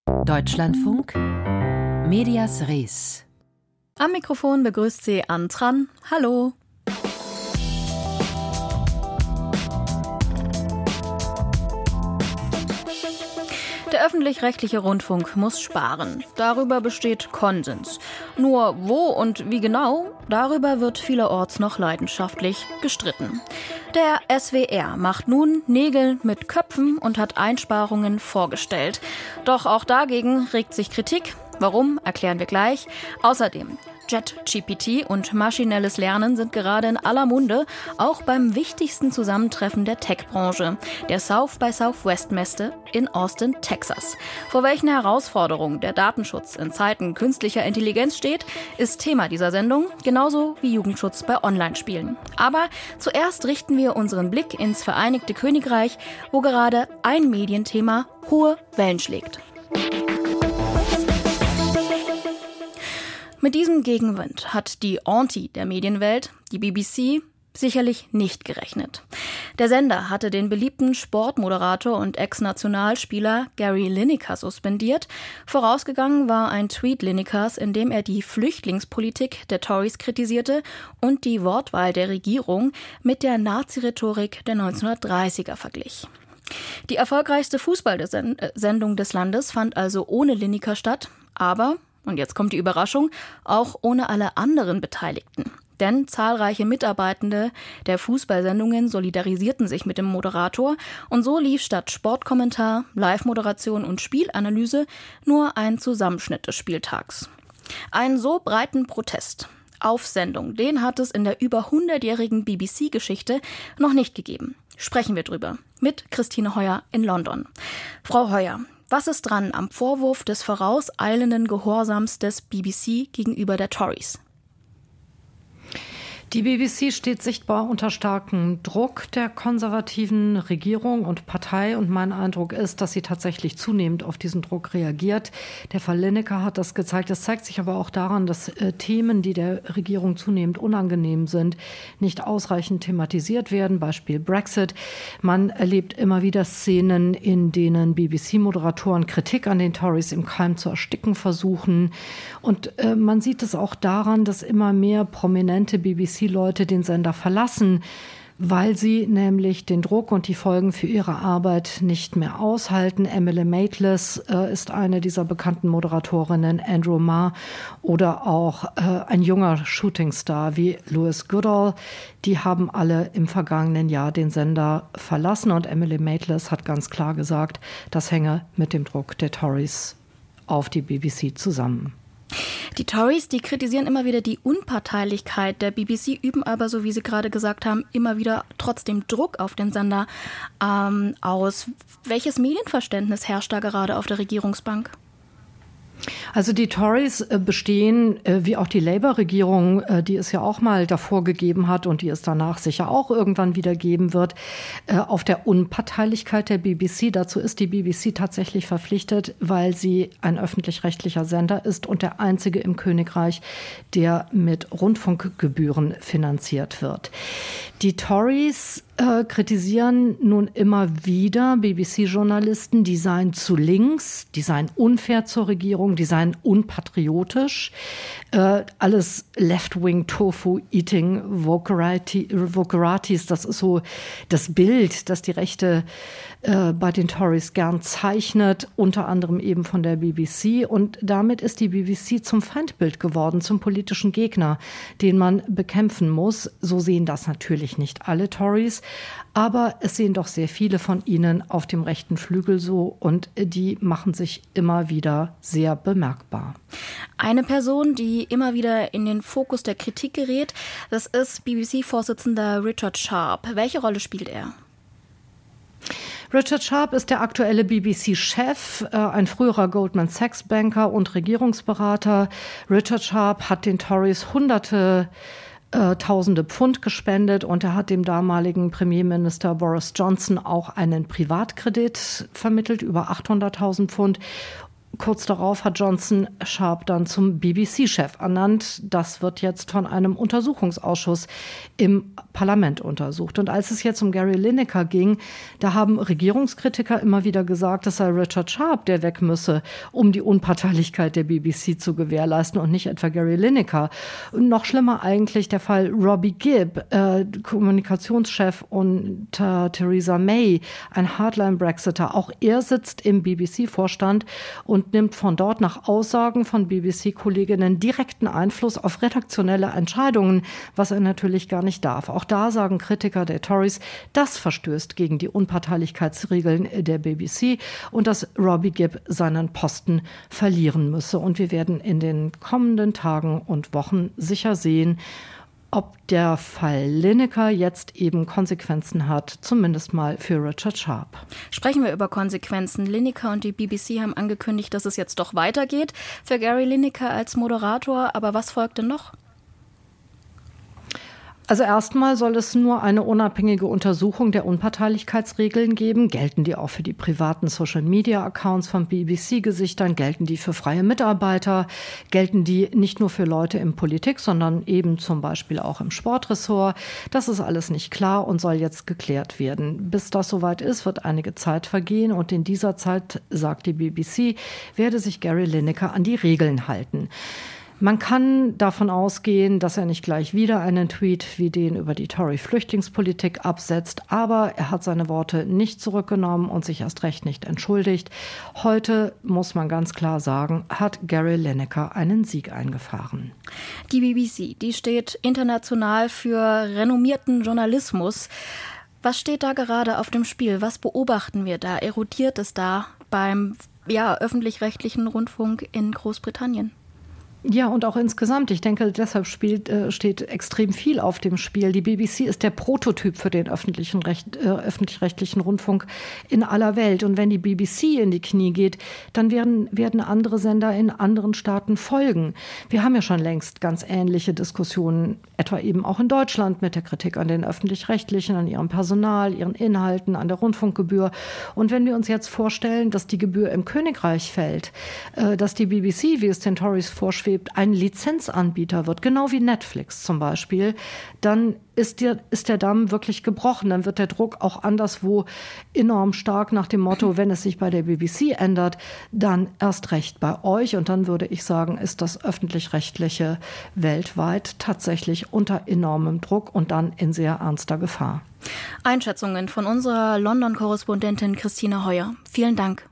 Deutschlandfunk Medias Res. Am Mikrofon begrüßt Sie Ann Tran. Hallo. Der öffentlich-rechtliche Rundfunk muss sparen. Darüber besteht Konsens. Nur wo und wie genau, darüber wird vielerorts noch leidenschaftlich gestritten. Der SWR macht nun Nägel mit Köpfen und hat Einsparungen vorgestellt. Doch auch dagegen regt sich Kritik. Warum, erklären wir gleich. Außerdem ChatGPT und maschinelles Lernen sind gerade in aller Munde, auch beim wichtigsten Zusammentreffen der Tech-Branche, der South by Southwest-Messe in Austin, Texas. Vor welchen Herausforderungen der Datenschutz in Zeiten künstlicher Intelligenz steht, ist Thema dieser Sendung, genauso wie Jugendschutz bei Online-Spielen. Aber zuerst richten wir unseren Blick ins Vereinigte Königreich, wo gerade ein Medienthema hohe Wellen schlägt. Mit diesem Gegenwind hat die Auntie der Medienwelt, die BBC, sicherlich nicht gerechnet. Der Sender hatte den beliebten Sportmoderator und Ex-Nationalspieler Gary Lineker suspendiert. Vorausgegangen war ein Tweet Linekers, in dem er die Flüchtlingspolitik der Tories kritisierte und die Wortwahl der Regierung mit der Nazi-Rhetorik der 1930er verglich. Die erfolgreichste Fußballsendung des Landes fand also ohne Lineker statt, aber, und jetzt kommt die Überraschung, auch ohne alle anderen Beteiligten. Denn zahlreiche Mitarbeitende der Fußballsendungen solidarisierten sich mit dem Moderator und so lief statt Sportkommentar, Live-Moderation und Spielanalyse nur ein Zusammenschnitt des Spieltags. Einen so breiten Protest auf Sendung, den hat es in der über 100-jährigen BBC-Geschichte noch nicht gegeben. Sprechen wir drüber mit Christine Heuer in London. Frau Heuer, was ist dran am Vorwurf des vorauseilenden Gehorsams des BBC gegenüber der Tories? Die BBC steht sichtbar unter starkem Druck der konservativen Regierung und Partei. Und mein Eindruck ist, dass sie tatsächlich zunehmend auf diesen Druck reagiert. Der Fall Lineker hat das gezeigt. Es zeigt sich aber auch daran, dass Themen, die der Regierung zunehmend unangenehm sind, nicht ausreichend thematisiert werden. Beispiel Brexit. Man erlebt immer wieder Szenen, in denen BBC-Moderatoren Kritik an den Tories im Keim zu ersticken versuchen. Und man sieht es auch daran, dass immer mehr prominente BBC-Leute den Sender verlassen, weil sie nämlich den Druck und die Folgen für ihre Arbeit nicht mehr aushalten. Emily Maitlis ist eine dieser bekannten Moderatorinnen, Andrew Marr oder auch ein junger Shootingstar wie Lewis Goodall. Die haben alle im vergangenen Jahr den Sender verlassen und Emily Maitlis hat ganz klar gesagt, das hänge mit dem Druck der Tories auf die BBC zusammen. Die Tories, die kritisieren immer wieder die Unparteilichkeit der BBC, üben aber, so wie Sie gerade gesagt haben, immer wieder trotzdem Druck auf den Sender aus. Welches Medienverständnis herrscht da gerade auf der Regierungsbank? Also die Tories bestehen, wie auch die Labour-Regierung, die es ja auch mal davor gegeben hat und die es danach sicher auch irgendwann wieder geben wird, auf der Unparteilichkeit der BBC. Dazu ist die BBC tatsächlich verpflichtet, weil sie ein öffentlich-rechtlicher Sender ist und der einzige im Königreich, der mit Rundfunkgebühren finanziert wird. Die Tories kritisieren nun immer wieder BBC-Journalisten, die seien zu links, die seien unfair zur Regierung, die seien unpatriotisch. Alles Left-Wing-Tofu-Eating Voceratis, das ist so das Bild, das die Rechte bei den Tories gern zeichnet, unter anderem eben von der BBC. Und damit ist die BBC zum Feindbild geworden, zum politischen Gegner, den man bekämpfen muss. So sehen das natürlich nicht alle Tories. Aber es sehen doch sehr viele von ihnen auf dem rechten Flügel so und die machen sich immer wieder sehr bemerkbar. Eine Person, die immer wieder in den Fokus der Kritik gerät, das ist BBC-Vorsitzender Richard Sharp. Welche Rolle spielt er? Richard Sharp ist der aktuelle BBC-Chef, ein früherer Goldman Sachs-Banker und Regierungsberater. Richard Sharp hat den Tories Tausende Pfund gespendet und er hat dem damaligen Premierminister Boris Johnson auch einen Privatkredit vermittelt, über 800.000 Pfund. kurz darauf hat Johnson Sharp dann zum BBC-Chef ernannt. Das wird jetzt von einem Untersuchungsausschuss im Parlament untersucht. Und als es jetzt um Gary Lineker ging, da haben Regierungskritiker immer wieder gesagt, es sei Richard Sharp, der weg müsse, um die Unparteilichkeit der BBC zu gewährleisten und nicht etwa Gary Lineker. Und noch schlimmer eigentlich der Fall Robbie Gibb, Kommunikationschef unter Theresa May, ein Hardline-Brexiter. Auch er sitzt im BBC-Vorstand und nimmt von dort nach Aussagen von BBC-Kolleginnen direkten Einfluss auf redaktionelle Entscheidungen, was er natürlich gar nicht darf. Auch da sagen Kritiker der Tories, das verstößt gegen die Unparteilichkeitsregeln der BBC und dass Robbie Gibb seinen Posten verlieren müsse. Und wir werden in den kommenden Tagen und Wochen sicher sehen, ob der Fall Lineker jetzt eben Konsequenzen hat, zumindest mal für Richard Sharp. Sprechen wir über Konsequenzen. Lineker und die BBC haben angekündigt, dass es jetzt doch weitergeht für Gary Lineker als Moderator. Aber was folgt denn noch? Also erstmal soll es nur eine unabhängige Untersuchung der Unparteilichkeitsregeln geben. Gelten die auch für die privaten Social-Media-Accounts von BBC-Gesichtern? Gelten die für freie Mitarbeiter? Gelten die nicht nur für Leute in Politik, sondern eben zum Beispiel auch im Sportressort? Das ist alles nicht klar und soll jetzt geklärt werden. Bis das soweit ist, wird einige Zeit vergehen und in dieser Zeit, sagt die BBC, werde sich Gary Lineker an die Regeln halten. Man kann davon ausgehen, dass er nicht gleich wieder einen Tweet wie den über die Tory-Flüchtlingspolitik absetzt, aber er hat seine Worte nicht zurückgenommen und sich erst recht nicht entschuldigt. Heute, muss man ganz klar sagen, hat Gary Lineker einen Sieg eingefahren. Die BBC, die steht international für renommierten Journalismus. Was steht da gerade auf dem Spiel? Was beobachten wir da? Erodiert es da beim öffentlich-rechtlichen Rundfunk in Großbritannien? Ja, und auch insgesamt. Ich denke, deshalb steht extrem viel auf dem Spiel. Die BBC ist der Prototyp für den öffentlich-rechtlichen Rundfunk in aller Welt. Und wenn die BBC in die Knie geht, dann werden andere Sender in anderen Staaten folgen. Wir haben ja schon längst ganz ähnliche Diskussionen, etwa eben auch in Deutschland mit der Kritik an den Öffentlich-Rechtlichen, an ihrem Personal, ihren Inhalten, an der Rundfunkgebühr. Und wenn wir uns jetzt vorstellen, dass die Gebühr im Königreich fällt, dass die BBC, wie es den Tories vorschwebt, ein Lizenzanbieter wird, genau wie Netflix zum Beispiel, dann ist der Damm wirklich gebrochen. Dann wird der Druck auch anderswo enorm stark nach dem Motto, wenn es sich bei der BBC ändert, dann erst recht bei euch. Und dann würde ich sagen, ist das Öffentlich-Rechtliche weltweit tatsächlich unter enormem Druck und dann in sehr ernster Gefahr. Einschätzungen von unserer London-Korrespondentin Christine Heuer. Vielen Dank.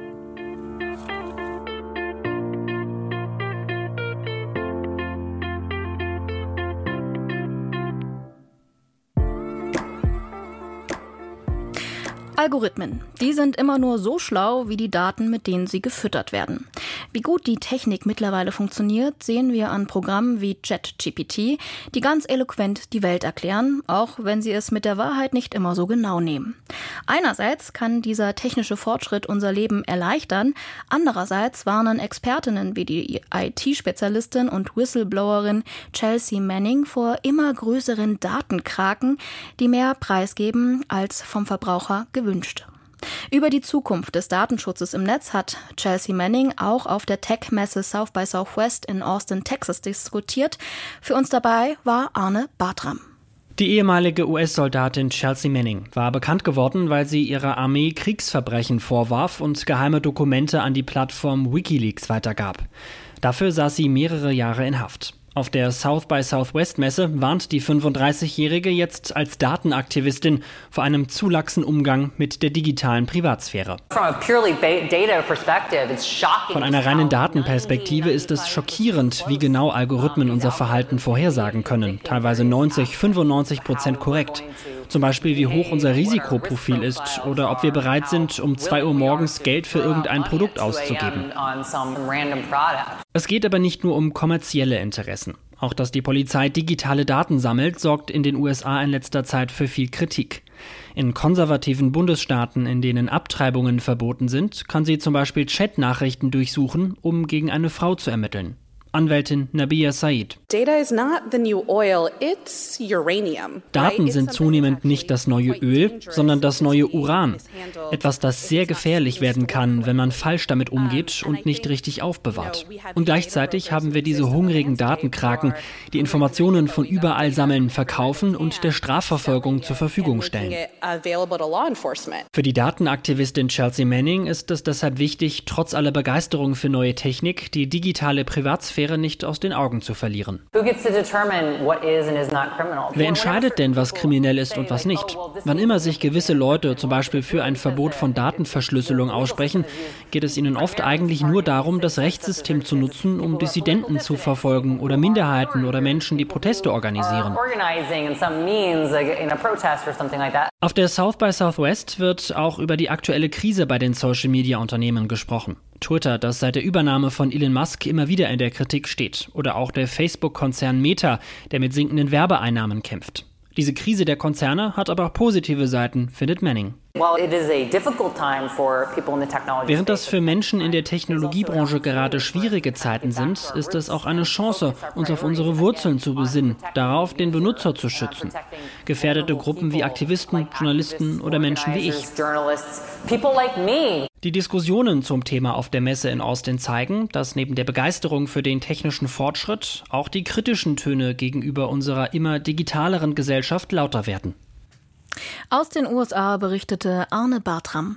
Algorithmen, die sind immer nur so schlau wie die Daten, mit denen sie gefüttert werden. Wie gut die Technik mittlerweile funktioniert, sehen wir an Programmen wie ChatGPT, die ganz eloquent die Welt erklären, auch wenn sie es mit der Wahrheit nicht immer so genau nehmen. Einerseits kann dieser technische Fortschritt unser Leben erleichtern, andererseits warnen Expertinnen wie die IT-Spezialistin und Whistleblowerin Chelsea Manning vor immer größeren Datenkraken, die mehr preisgeben als vom Verbraucher gewünscht. Über die Zukunft des Datenschutzes im Netz hat Chelsea Manning auch auf der Tech-Messe South by Southwest in Austin, Texas diskutiert. Für uns dabei war Arne Bartram. Die ehemalige US-Soldatin Chelsea Manning war bekannt geworden, weil sie ihrer Armee Kriegsverbrechen vorwarf und geheime Dokumente an die Plattform WikiLeaks weitergab. Dafür saß sie mehrere Jahre in Haft. Auf der South by Southwest Messe warnt die 35-Jährige jetzt als Datenaktivistin vor einem zu laxen Umgang mit der digitalen Privatsphäre. Von einer reinen Datenperspektive ist es schockierend, wie genau Algorithmen unser Verhalten vorhersagen können. Teilweise 90-95% korrekt. Zum Beispiel, wie hoch unser Risikoprofil ist oder ob wir bereit sind, um 2 Uhr morgens Geld für irgendein Produkt auszugeben. Es geht aber nicht nur um kommerzielle Interessen. Auch dass die Polizei digitale Daten sammelt, sorgt in den USA in letzter Zeit für viel Kritik. In konservativen Bundesstaaten, in denen Abtreibungen verboten sind, kann sie zum Beispiel Chatnachrichten durchsuchen, um gegen eine Frau zu ermitteln. Anwältin Nabia Said. Daten sind zunehmend nicht das neue Öl, sondern das neue Uran. Etwas, das sehr gefährlich werden kann, wenn man falsch damit umgeht und nicht richtig aufbewahrt. Und gleichzeitig haben wir diese hungrigen Datenkraken, die Informationen von überall sammeln, verkaufen und der Strafverfolgung zur Verfügung stellen. Für die Datenaktivistin Chelsea Manning ist es deshalb wichtig, trotz aller Begeisterung für neue Technik, die digitale Privatsphäre nicht aus den Augen zu verlieren. Wer entscheidet denn, was kriminell ist und was nicht? Wann immer sich gewisse Leute zum Beispiel für ein Verbot von Datenverschlüsselung aussprechen, geht es ihnen oft eigentlich nur darum, das Rechtssystem zu nutzen, um Dissidenten zu verfolgen oder Minderheiten oder Menschen, die Proteste organisieren. Auf der South by Southwest wird auch über die aktuelle Krise bei den Social-Media-Unternehmen gesprochen. Twitter, das seit der Übernahme von Elon Musk immer wieder in der Kritik steht. Oder auch der Facebook-Konzern Meta, der mit sinkenden Werbeeinnahmen kämpft. Diese Krise der Konzerne hat aber auch positive Seiten, findet Manning. Während das für Menschen in der Technologiebranche gerade schwierige Zeiten sind, ist es auch eine Chance, uns auf unsere Wurzeln zu besinnen, darauf, den Benutzer zu schützen. Gefährdete Gruppen wie Aktivisten, Journalisten oder Menschen wie ich. Die Diskussionen zum Thema auf der Messe in Austin zeigen, dass neben der Begeisterung für den technischen Fortschritt auch die kritischen Töne gegenüber unserer immer digitaleren Gesellschaft lauter werden. Aus den USA berichtete Arne Bartram.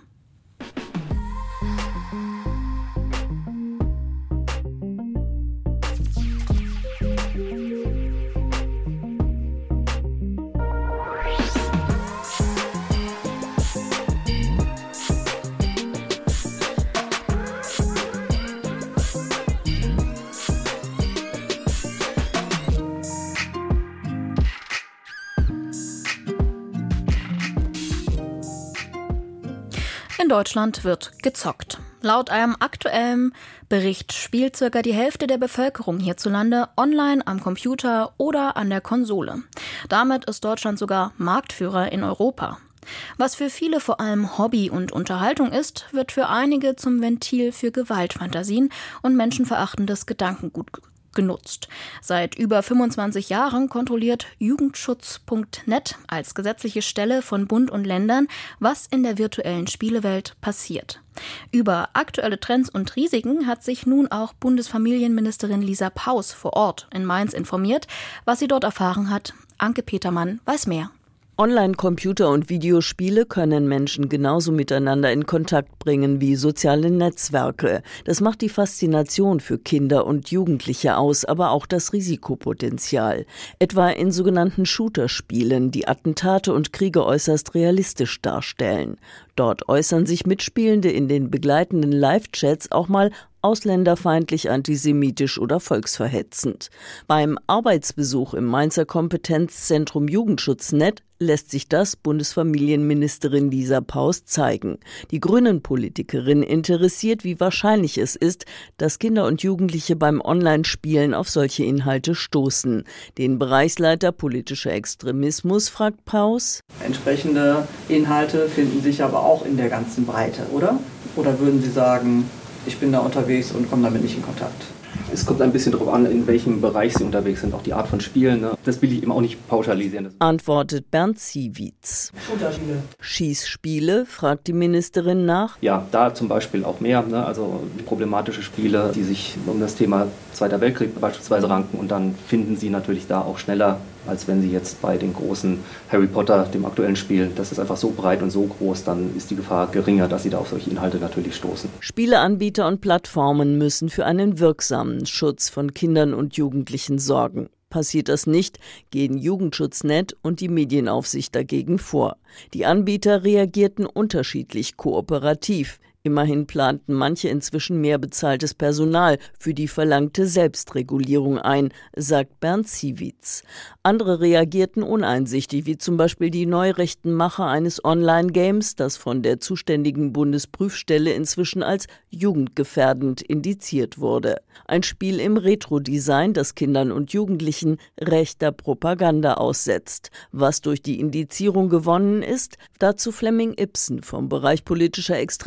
In Deutschland wird gezockt. Laut einem aktuellen Bericht spielt circa die Hälfte der Bevölkerung hierzulande online am Computer oder an der Konsole. Damit ist Deutschland sogar Marktführer in Europa. Was für viele vor allem Hobby und Unterhaltung ist, wird für einige zum Ventil für Gewaltfantasien und menschenverachtendes Gedankengut genutzt. Seit über 25 Jahren kontrolliert Jugendschutz.net als gesetzliche Stelle von Bund und Ländern, was in der virtuellen Spielewelt passiert. Über aktuelle Trends und Risiken hat sich nun auch Bundesfamilienministerin Lisa Paus vor Ort in Mainz informiert. Was sie dort erfahren hat, Anke Petermann weiß mehr. Online-Computer- und Videospiele können Menschen genauso miteinander in Kontakt bringen wie soziale Netzwerke. Das macht die Faszination für Kinder und Jugendliche aus, aber auch das Risikopotenzial. Etwa in sogenannten Shooter-Spielen, die Attentate und Kriege äußerst realistisch darstellen. Dort äußern sich Mitspielende in den begleitenden Live-Chats auch mal ausländerfeindlich, antisemitisch oder volksverhetzend. Beim Arbeitsbesuch im Mainzer Kompetenzzentrum Jugendschutz.net lässt sich das Bundesfamilienministerin Lisa Paus zeigen. Die Grünen-Politikerin interessiert, wie wahrscheinlich es ist, dass Kinder und Jugendliche beim Online-Spielen auf solche Inhalte stoßen. Den Bereichsleiter politischer Extremismus fragt Paus. Entsprechende Inhalte finden sich aber auch in der ganzen Breite, oder? Oder würden Sie sagen, ich bin da unterwegs und komme damit nicht in Kontakt? Es kommt ein bisschen darauf an, in welchem Bereich Sie unterwegs sind, auch die Art von Spielen. Ne? Das will ich eben auch nicht pauschalisieren. Antwortet Bernd Ziewitz. Shooterspiele. Schießspiele, fragt die Ministerin nach. Ja, da zum Beispiel auch mehr. Ne? Also problematische Spiele, die sich um das Thema Zweiter Weltkrieg beispielsweise ranken. Und dann finden Sie natürlich da auch schneller, als wenn Sie jetzt bei den großen Harry Potter, dem aktuellen Spiel, das ist einfach so breit und so groß, dann ist die Gefahr geringer, dass Sie da auf solche Inhalte natürlich stoßen. Spieleanbieter und Plattformen müssen für einen wirksamen Schutz von Kindern und Jugendlichen sorgen. Passiert das nicht, gehen Jugendschutz.net und die Medienaufsicht dagegen vor. Die Anbieter reagierten unterschiedlich kooperativ. Immerhin planten manche inzwischen mehr bezahltes Personal für die verlangte Selbstregulierung ein, sagt Bernd Ziewitz. Andere reagierten uneinsichtig, wie zum Beispiel die neurechten Macher eines Online-Games, das von der zuständigen Bundesprüfstelle inzwischen als jugendgefährdend indiziert wurde. Ein Spiel im Retro-Design, das Kindern und Jugendlichen rechter Propaganda aussetzt. Was durch die Indizierung gewonnen ist, dazu Flemming Ibsen vom Bereich politischer Extremismus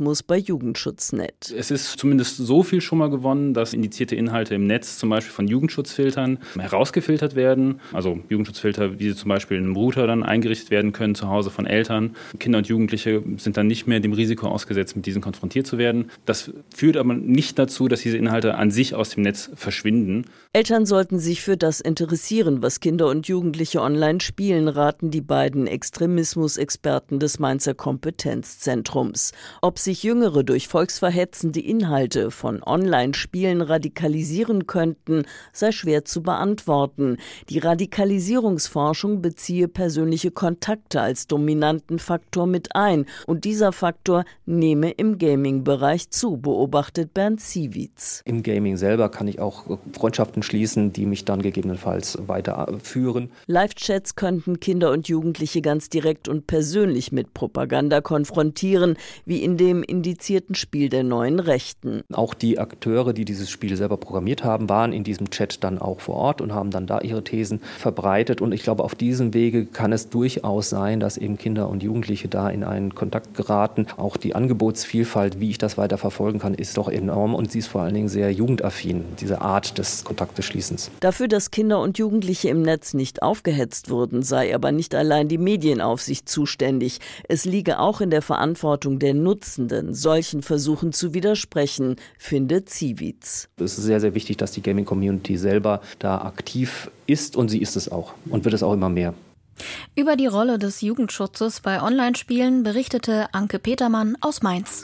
Journalismus bei Jugendschutz.net. Es ist zumindest so viel schon mal gewonnen, dass indizierte Inhalte im Netz zum Beispiel von Jugendschutzfiltern herausgefiltert werden. Also Jugendschutzfilter, wie sie zum Beispiel in einem Router dann eingerichtet werden können, zu Hause von Eltern. Kinder und Jugendliche sind dann nicht mehr dem Risiko ausgesetzt, mit diesen konfrontiert zu werden. Das führt aber nicht dazu, dass diese Inhalte an sich aus dem Netz verschwinden. Eltern sollten sich für das interessieren, was Kinder und Jugendliche online spielen, raten die beiden Extremismusexperten des Mainzer Kompetenzzentrums. Ob sich Jüngere durch volksverhetzende Inhalte von Online-Spielen radikalisieren könnten, sei schwer zu beantworten. Die Radikalisierungsforschung beziehe persönliche Kontakte als dominanten Faktor mit ein und dieser Faktor nehme im Gaming-Bereich zu, beobachtet Bernd Ziewitz. Im Gaming selber kann ich auch Freundschaften schließen, die mich dann gegebenenfalls weiterführen. Live-Chats könnten Kinder und Jugendliche ganz direkt und persönlich mit Propaganda konfrontieren, wie in dem indizierten Spiel der Neuen Rechten. Auch die Akteure, die dieses Spiel selber programmiert haben, waren in diesem Chat dann auch vor Ort und haben dann da ihre Thesen verbreitet. Und ich glaube, auf diesem Wege kann es durchaus sein, dass eben Kinder und Jugendliche da in einen Kontakt geraten. Auch die Angebotsvielfalt, wie ich das weiter verfolgen kann, ist doch enorm und sie ist vor allen Dingen sehr jugendaffin, diese Art des Kontakteschließens. Dafür, dass Kinder und Jugendliche im Netz nicht aufgehetzt würden, sei aber nicht allein die Medienaufsicht zuständig. Es liege auch in der Verantwortung der Nutzenden, solchen Versuchen zu widersprechen, findet Ziewitz. Es ist sehr, sehr wichtig, dass die Gaming-Community selber da aktiv ist und sie ist es auch und wird es auch immer mehr. Über die Rolle des Jugendschutzes bei Online-Spielen berichtete Anke Petermann aus Mainz.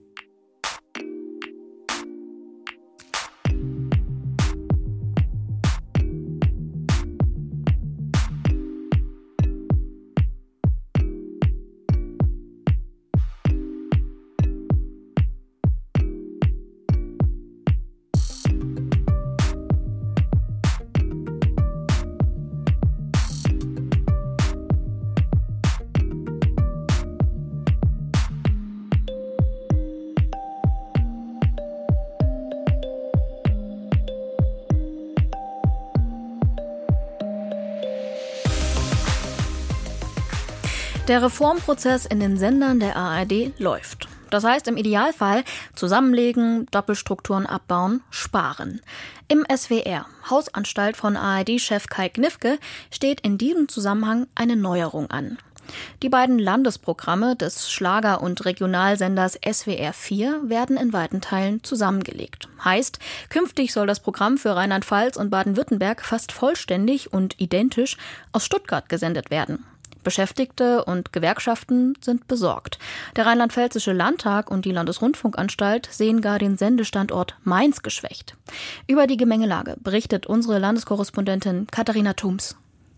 Der Reformprozess in den Sendern der ARD läuft. Das heißt im Idealfall zusammenlegen, Doppelstrukturen abbauen, sparen. Im SWR, Hausanstalt von ARD-Chef Kai Gnifke, steht in diesem Zusammenhang eine Neuerung an. Die beiden Landesprogramme des Schlager- und Regionalsenders SWR 4 werden in weiten Teilen zusammengelegt. Heißt, künftig soll das Programm für Rheinland-Pfalz und Baden-Württemberg fast vollständig und identisch aus Stuttgart gesendet werden. Beschäftigte und Gewerkschaften sind besorgt. Der Rheinland-Pfälzische Landtag und die Landesrundfunkanstalt sehen gar den Sendestandort Mainz geschwächt. Über die Gemengelage berichtet unsere Landeskorrespondentin Katharina Thums.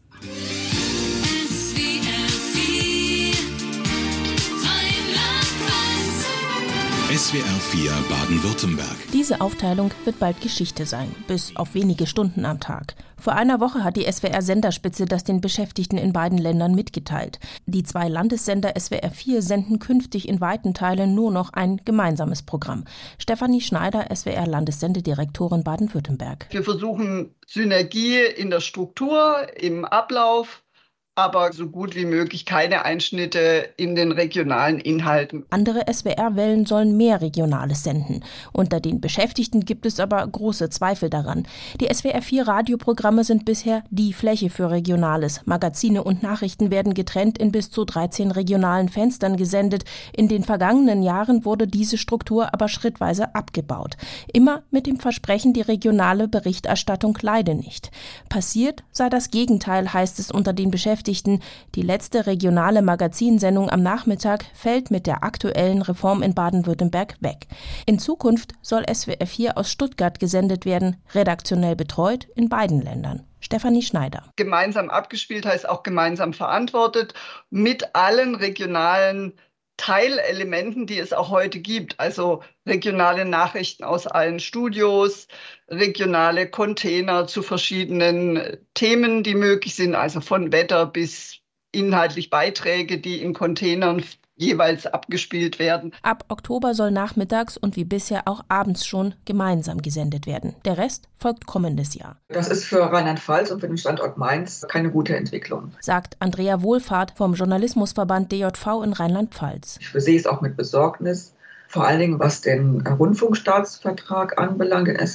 SWR 4 Baden-Württemberg. Diese Aufteilung wird bald Geschichte sein, bis auf wenige Stunden am Tag. Vor einer Woche hat die SWR-Senderspitze das den Beschäftigten in beiden Ländern mitgeteilt. Die zwei Landessender SWR 4 senden künftig in weiten Teilen nur noch ein gemeinsames Programm. Stefanie Schneider, SWR-Landessendedirektorin Baden-Württemberg. Wir versuchen Synergie in der Struktur, im Ablauf, aber so gut wie möglich keine Einschnitte in den regionalen Inhalten. Andere SWR-Wellen sollen mehr Regionales senden. Unter den Beschäftigten gibt es aber große Zweifel daran. Die SWR-4-Radioprogramme sind bisher die Fläche für Regionales. Magazine und Nachrichten werden getrennt in bis zu 13 regionalen Fenstern gesendet. In den vergangenen Jahren wurde diese Struktur aber schrittweise abgebaut. Immer mit dem Versprechen, die regionale Berichterstattung leide nicht. Passiert sei das Gegenteil, heißt es unter den Beschäftigten. Die letzte regionale Magazinsendung am Nachmittag fällt mit der aktuellen Reform in Baden-Württemberg weg. In Zukunft soll SWR 4 aus Stuttgart gesendet werden, redaktionell betreut in beiden Ländern. Stefanie Schneider. Gemeinsam abgespielt heißt auch gemeinsam verantwortet mit allen regionalen Teilelementen, die es auch heute gibt, also regionale Nachrichten aus allen Studios, regionale Container zu verschiedenen Themen, die möglich sind, also von Wetter bis inhaltlich Beiträge, die in Containern jeweils abgespielt werden. Ab Oktober soll nachmittags und wie bisher auch abends schon gemeinsam gesendet werden. Der Rest folgt kommendes Jahr. Das ist für Rheinland-Pfalz und für den Standort Mainz keine gute Entwicklung, sagt Andrea Wohlfahrt vom Journalismusverband DJV in Rheinland-Pfalz. Ich sehe es auch mit Besorgnis. Vor allen Dingen, was den Rundfunkstaatsvertrag anbelangt, den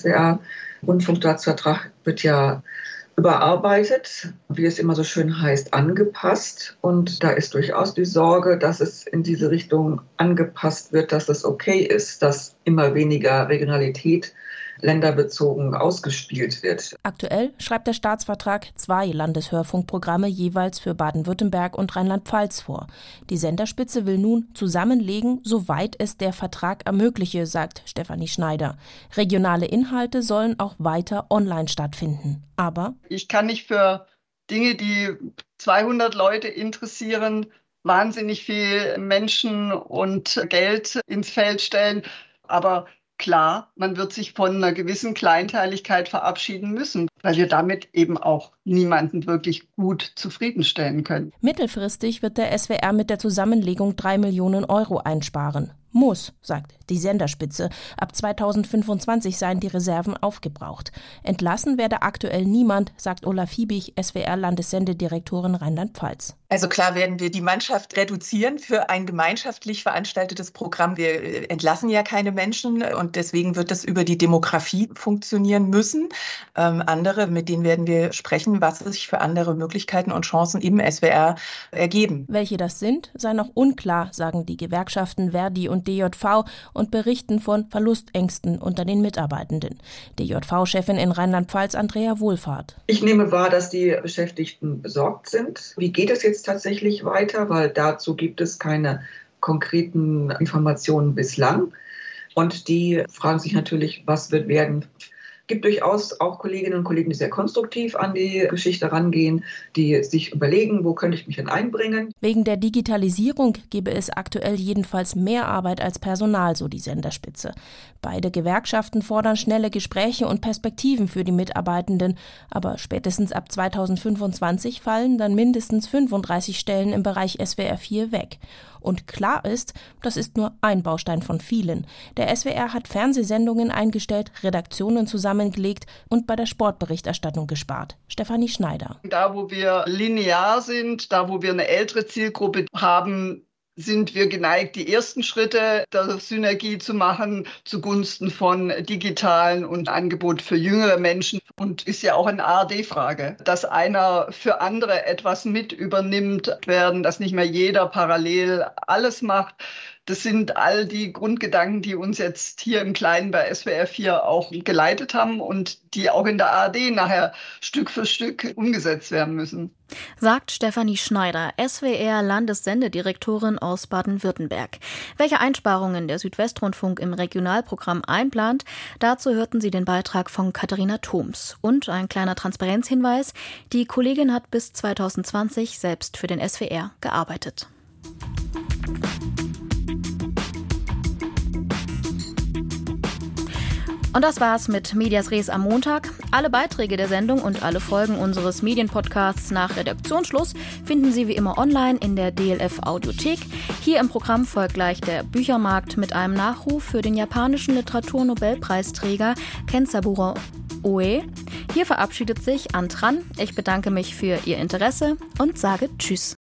SWR-Rundfunkstaatsvertrag wird ja überarbeitet, wie es immer so schön heißt, angepasst. Und da ist durchaus die Sorge, dass es in diese Richtung angepasst wird, dass es okay ist, dass immer weniger Regionalität länderbezogen ausgespielt wird. Aktuell schreibt der Staatsvertrag 2 Landeshörfunkprogramme jeweils für Baden-Württemberg und Rheinland-Pfalz vor. Die Senderspitze will nun zusammenlegen, soweit es der Vertrag ermögliche, sagt Stefanie Schneider. Regionale Inhalte sollen auch weiter online stattfinden. Aber ich kann nicht für Dinge, die 200 Leute interessieren, wahnsinnig viel Menschen und Geld ins Feld stellen. Aber klar, man wird sich von einer gewissen Kleinteiligkeit verabschieden müssen, weil wir damit eben auch niemanden wirklich gut zufriedenstellen können. Mittelfristig wird der SWR mit der Zusammenlegung 3 Millionen Euro einsparen. Muss, sagt die Senderspitze. Ab 2025 seien die Reserven aufgebraucht. Entlassen werde aktuell niemand, sagt Ulla Fiebig, SWR-Landessendedirektorin Rheinland-Pfalz. Also klar werden wir die Mannschaft reduzieren für ein gemeinschaftlich veranstaltetes Programm. Wir entlassen ja keine Menschen und deswegen wird das über die Demografie funktionieren müssen. Andere, mit denen werden wir sprechen, was sich für andere Möglichkeiten und Chancen im SWR ergeben. Welche das sind, sei noch unklar, sagen die Gewerkschaften Verdi und DJV und berichten von Verlustängsten unter den Mitarbeitenden. DJV-Chefin in Rheinland-Pfalz Andrea Wohlfahrt. Ich nehme wahr, dass die Beschäftigten besorgt sind. Wie geht es jetzt tatsächlich weiter? Weil dazu gibt es keine konkreten Informationen bislang. Und die fragen sich natürlich, was wird werden. Es gibt durchaus auch Kolleginnen und Kollegen, die sehr konstruktiv an die Geschichte rangehen, die sich überlegen, wo könnte ich mich denn einbringen. Wegen der Digitalisierung gebe es aktuell jedenfalls mehr Arbeit als Personal, so die Senderspitze. Beide Gewerkschaften fordern schnelle Gespräche und Perspektiven für die Mitarbeitenden. Aber spätestens ab 2025 fallen dann mindestens 35 Stellen im Bereich SWR 4 weg. Und klar ist, das ist nur ein Baustein von vielen. Der SWR hat Fernsehsendungen eingestellt, Redaktionen zusammengelegt und bei der Sportberichterstattung gespart. Stefanie Schneider. Da, wo wir linear sind, da, wo wir eine ältere Zielgruppe haben, sind wir geneigt, die ersten Schritte der Synergie zu machen zugunsten von digitalen und Angebot für jüngere Menschen. Und ist ja auch eine ARD-Frage, dass einer für andere etwas mit übernimmt werden, dass nicht mehr jeder parallel alles macht. Das sind all die Grundgedanken, die uns jetzt hier im Kleinen bei SWR 4 auch geleitet haben und die auch in der ARD nachher Stück für Stück umgesetzt werden müssen. Sagt Stefanie Schneider, SWR-Landessendedirektorin aus Baden-Württemberg. Welche Einsparungen der Südwestrundfunk im Regionalprogramm einplant, dazu hörten Sie den Beitrag von Katharina Thoms. Und ein kleiner Transparenzhinweis, die Kollegin hat bis 2020 selbst für den SWR gearbeitet. Und das war's mit Medias Res am Montag. Alle Beiträge der Sendung und alle Folgen unseres Medienpodcasts nach Redaktionsschluss finden Sie wie immer online in der DLF Audiothek. Hier im Programm folgt gleich der Büchermarkt mit einem Nachruf für den japanischen Literaturnobelpreisträger Kenzaburo Oe. Hier verabschiedet sich Antran. Ich bedanke mich für Ihr Interesse und sage Tschüss.